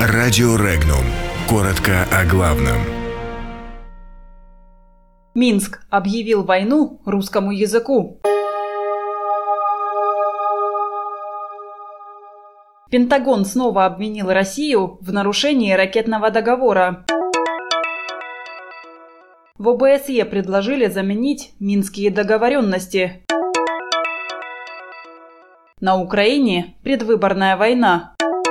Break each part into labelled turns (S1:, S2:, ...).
S1: Радио Регнум. Коротко о главном.
S2: Минск объявил войну русскому языку. Пентагон снова обвинил Россию в нарушении ракетного договора. В ОБСЕ предложили заменить минские договоренности. На Украине предвыборная война.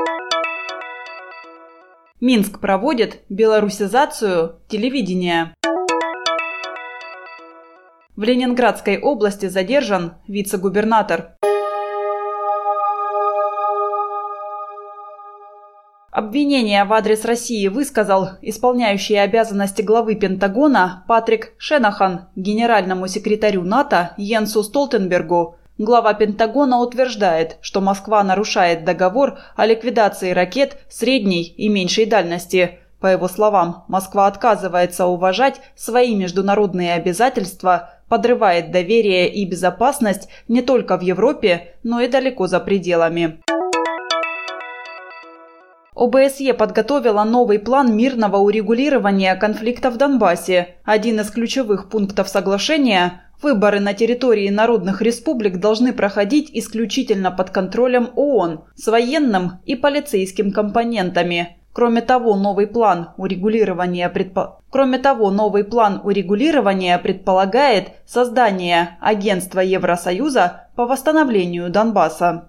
S2: Минск проводит белорусизацию телевидения. В Ленинградской области задержан вице-губернатор. Обвинение в адрес России высказал исполняющий обязанности главы Пентагона Патрик Шенахан генеральному секретарю НАТО Йенсу Столтенбергу. Глава Пентагона утверждает, что Москва нарушает договор о ликвидации ракет средней и меньшей дальности. По его словам, Москва отказывается уважать свои международные обязательства, подрывает доверие и безопасность не только в Европе, но и далеко за пределами. ОБСЕ подготовила новый план мирного урегулирования конфликта в Донбассе. Один из ключевых пунктов соглашения – выборы на территории народных республик должны проходить исключительно под контролем ООН с военным и полицейским компонентами. Кроме того, новый план урегулирования предполагает создание Агентства Евросоюза по восстановлению Донбасса.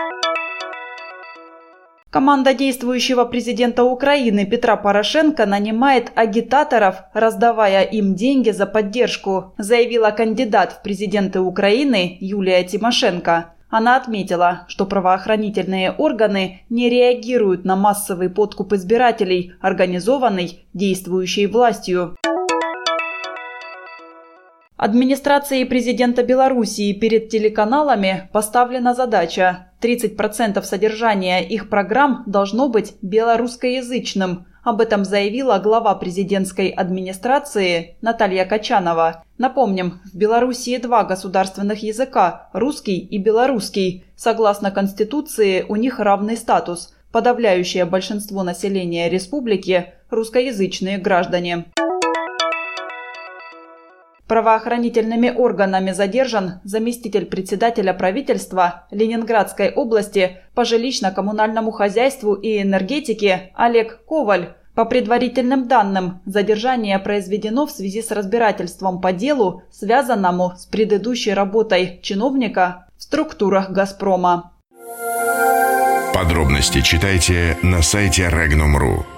S2: Команда действующего президента Украины Петра Порошенко нанимает агитаторов, раздавая им деньги за поддержку, заявила кандидат в президенты Украины Юлия Тимошенко. Она отметила, что правоохранительные органы не реагируют на массовый подкуп избирателей, организованный действующей властью. Администрации президента Белоруссии перед телеканалами поставлена задача: 30% содержания их программ должно быть белорусскоязычным. Об этом заявила глава президентской администрации Наталья Качанова. Напомним, в Белоруссии два государственных языка – русский и белорусский. Согласно Конституции, у них равный статус. Подавляющее большинство населения республики – русскоязычные граждане. Правоохранительными органами задержан заместитель председателя правительства Ленинградской области по жилищно-коммунальному хозяйству и энергетике Олег Коваль. По предварительным данным, задержание произведено в связи с разбирательством по делу, связанному с предыдущей работой чиновника в структурах «Газпрома».
S1: Подробности читайте на сайте Regnum.ru.